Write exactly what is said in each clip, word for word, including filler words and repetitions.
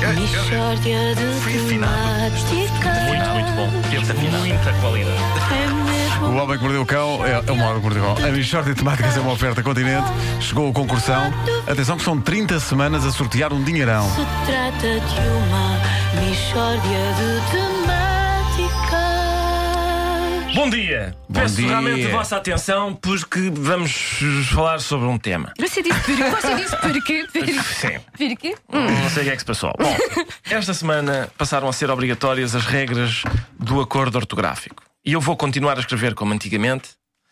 Mixórdia de temáticas. Muito, muito bom. Teve muita qualidade. O Homem que Mordeu o Cão é, é uma hora que mordeu o cão. A Mixórdia de Temáticas é uma oferta Continente. Chegou o concursão. Atenção que são trinta semanas a sortear um dinheirão. Se trata de uma mixórdia de temáticas. Bom dia. Bom Peço dia. realmente a vossa atenção, porque vamos falar sobre um tema. Você disse porquê? Você disse porquê? Sim. Porquê? Não sei o que é que se passou. Bom, esta semana passaram a ser obrigatórias as regras do acordo ortográfico. E eu vou continuar a escrever como antigamente.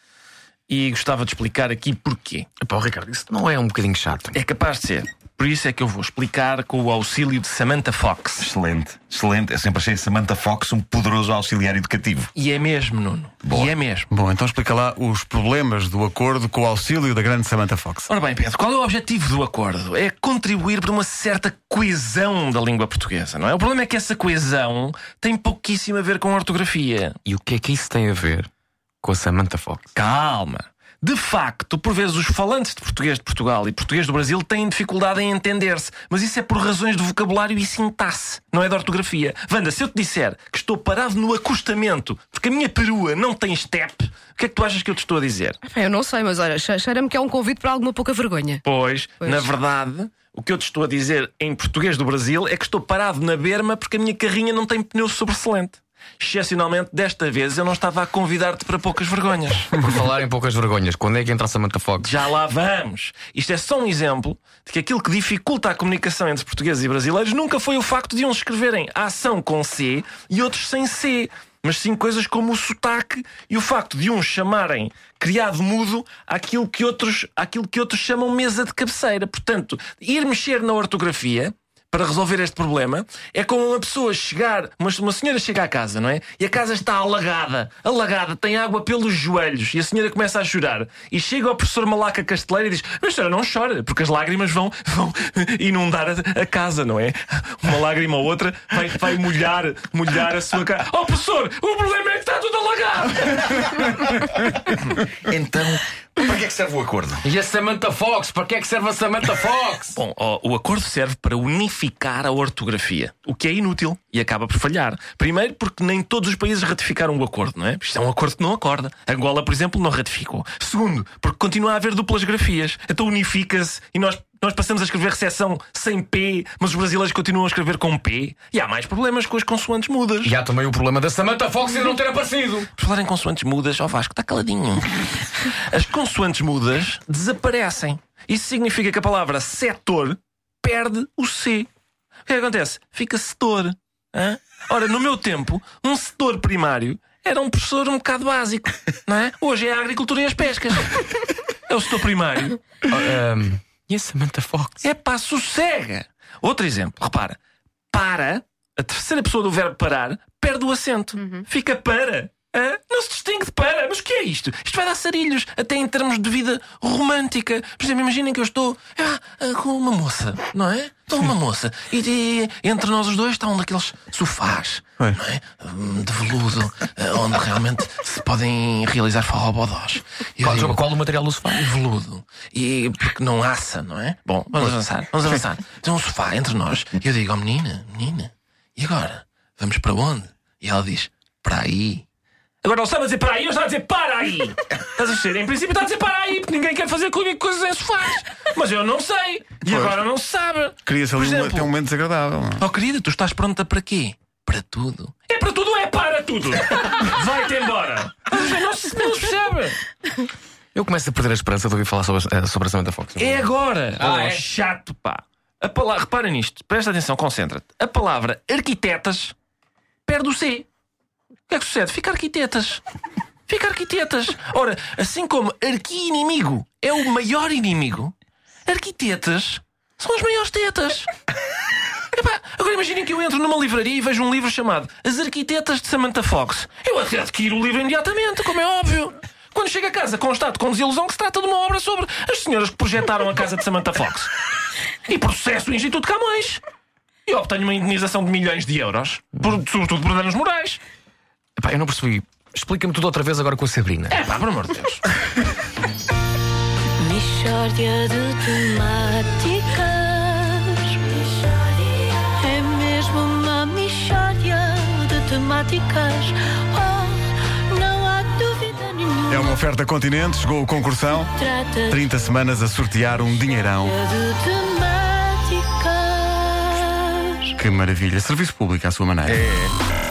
E gostava de explicar aqui porquê. Pá, Ricardo, isso não é um bocadinho chato? É capaz de ser. Por isso é que eu vou explicar com o auxílio de Samantha Fox. Excelente, excelente. Eu sempre achei Samantha Fox um poderoso auxiliar educativo. E é mesmo, Nuno. Boa. E é mesmo. Bom, então explica lá os problemas do acordo com o auxílio da grande Samantha Fox. Ora bem, Pedro, qual é o objetivo do acordo? É contribuir para uma certa coesão da língua portuguesa, não é? O problema é que essa coesão tem pouquíssimo a ver com a ortografia. E o que é que isso tem a ver com a Samantha Fox? Calma. De facto, por vezes os falantes de português de Portugal e português do Brasil têm dificuldade em entender-se. Mas isso é por razões de vocabulário e sintaxe, não é de ortografia. Wanda, se eu te disser que estou parado no acostamento porque a minha perua não tem step, o que é que tu achas que eu te estou a dizer? Eu não sei, mas olha, che- cheira-me que é um convite para alguma pouca vergonha. Pois, Pois. na verdade, o que eu te estou a dizer em português do Brasil é que estou parado na berma porque a minha carrinha não tem pneu sobressalente. Excepcionalmente, desta vez, eu não estava a convidar-te para poucas vergonhas. Por falar em poucas vergonhas, quando é que entra a Samantha Fox? Já lá vamos. Isto é só um exemplo de que aquilo que dificulta a comunicação entre portugueses e brasileiros nunca foi o facto de uns escreverem a ação com C e outros sem C, mas sim coisas como o sotaque e o facto de uns chamarem criado mudo àquilo que outros, àquilo que outros chamam mesa de cabeceira. Portanto, ir mexer na ortografia para resolver este problema é como uma pessoa chegar, uma, uma senhora chega à casa, não é? E a casa está alagada, alagada, tem água pelos joelhos e a senhora começa a chorar. E chega ao professor Malaca Casteleira e diz: mas senhora, não chora, porque as lágrimas vão, vão inundar a, a casa, não é? Uma lágrima ou outra vai, vai molhar, molhar a sua casa. Oh professor, o problema é que está tudo alagado. Então, para que é que serve o acordo? E a Samantha Fox? Para que é que serve a Samantha Fox? Bom, ó, o acordo serve para unificar a ortografia, o que é inútil e acaba por falhar. Primeiro, porque nem todos os países ratificaram o acordo, não é? Isto é um acordo que não acorda. Angola, por exemplo, não ratificou. Segundo, porque continua a haver duplas grafias. Então unifica-se e nós, nós passamos a escrever recepção sem P, mas os brasileiros continuam a escrever com P. E há mais problemas com as consoantes mudas. E há também o problema da Samantha Fox ainda não ter aparecido. Por falar em consoantes mudas, ó Vasco, está caladinho. As consoantes mudas desaparecem. Isso significa que a palavra setor perde o C. O que é que acontece? Fica setor. Hã? Ora, no meu tempo, um setor primário era um professor um bocado básico, não é? Hoje é a agricultura e as pescas. É o setor primário. Um, e a Samantha Fox? É pá, sossega. Outro exemplo, repara. Para, a terceira pessoa do verbo parar, perde o acento. Fica para. Hã? Não se distingue de para. Mas o que é isto? Isto vai dar sarilhos, até em termos de vida romântica. Por exemplo, imaginem que eu estou ah, ah, com uma moça, não é? Estou com uma moça. E, e entre nós os dois está um daqueles sofás, Ué. não é? Hum, de veludo, ah, onde realmente se podem realizar forrobodós. E eu Qual, digo, qual o material do sofá? veludo. E porque não assa, não é? Bom, vamos avançar, vamos avançar. Tem um sofá entre nós. E eu digo, oh menina, menina, e agora? Vamos para onde? E ela diz, para aí. Agora não sabe dizer para aí, eu estava a dizer para aí. Estás a ver? Em princípio está a dizer para aí, porque ninguém quer fazer comigo coisas em sofás. Mas eu não sei. E Pois. agora não se sabe. Cria-se Por ali um, exemplo, até um momento desagradável. não é? oh querida, tu estás pronta para quê? Para tudo. É para tudo ou é para tudo? Vai-te embora. Não se, não se percebe. Eu começo a perder a esperança de ouvir falar sobre a, sobre a Samantha Fox. É agora. Ah, oh, é? chato, pá. A palavra, repara nisto, presta atenção, concentra-te. A palavra arquitetas perde o C. O que é que sucede? Fica arquitetas. Fica arquitetas. Ora, assim como arqui-inimigo é o maior inimigo, arquitetas são as maiores tetas. Epá, agora imaginem que eu entro numa livraria e vejo um livro chamado As Arquitetas de Samantha Fox. Eu até adquiro o livro imediatamente, como é óbvio. Quando chego a casa, constato com desilusão que se trata de uma obra sobre as senhoras que projetaram a casa de Samantha Fox. E processo o Instituto Camões. E obtenho uma indenização de milhões de euros, por, sobretudo por danos morais. Epá, eu não percebi. Explica-me tudo outra vez agora com a Sabrina. É pá, por amor de Deus. Mixórdia de temáticas. É temáticas. Oh, não há dúvida nenhuma. É uma oferta Continente, chegou o concursão. Trata trinta semanas a sortear um dinheirão. de temáticas. Que maravilha. Serviço público à sua maneira. É.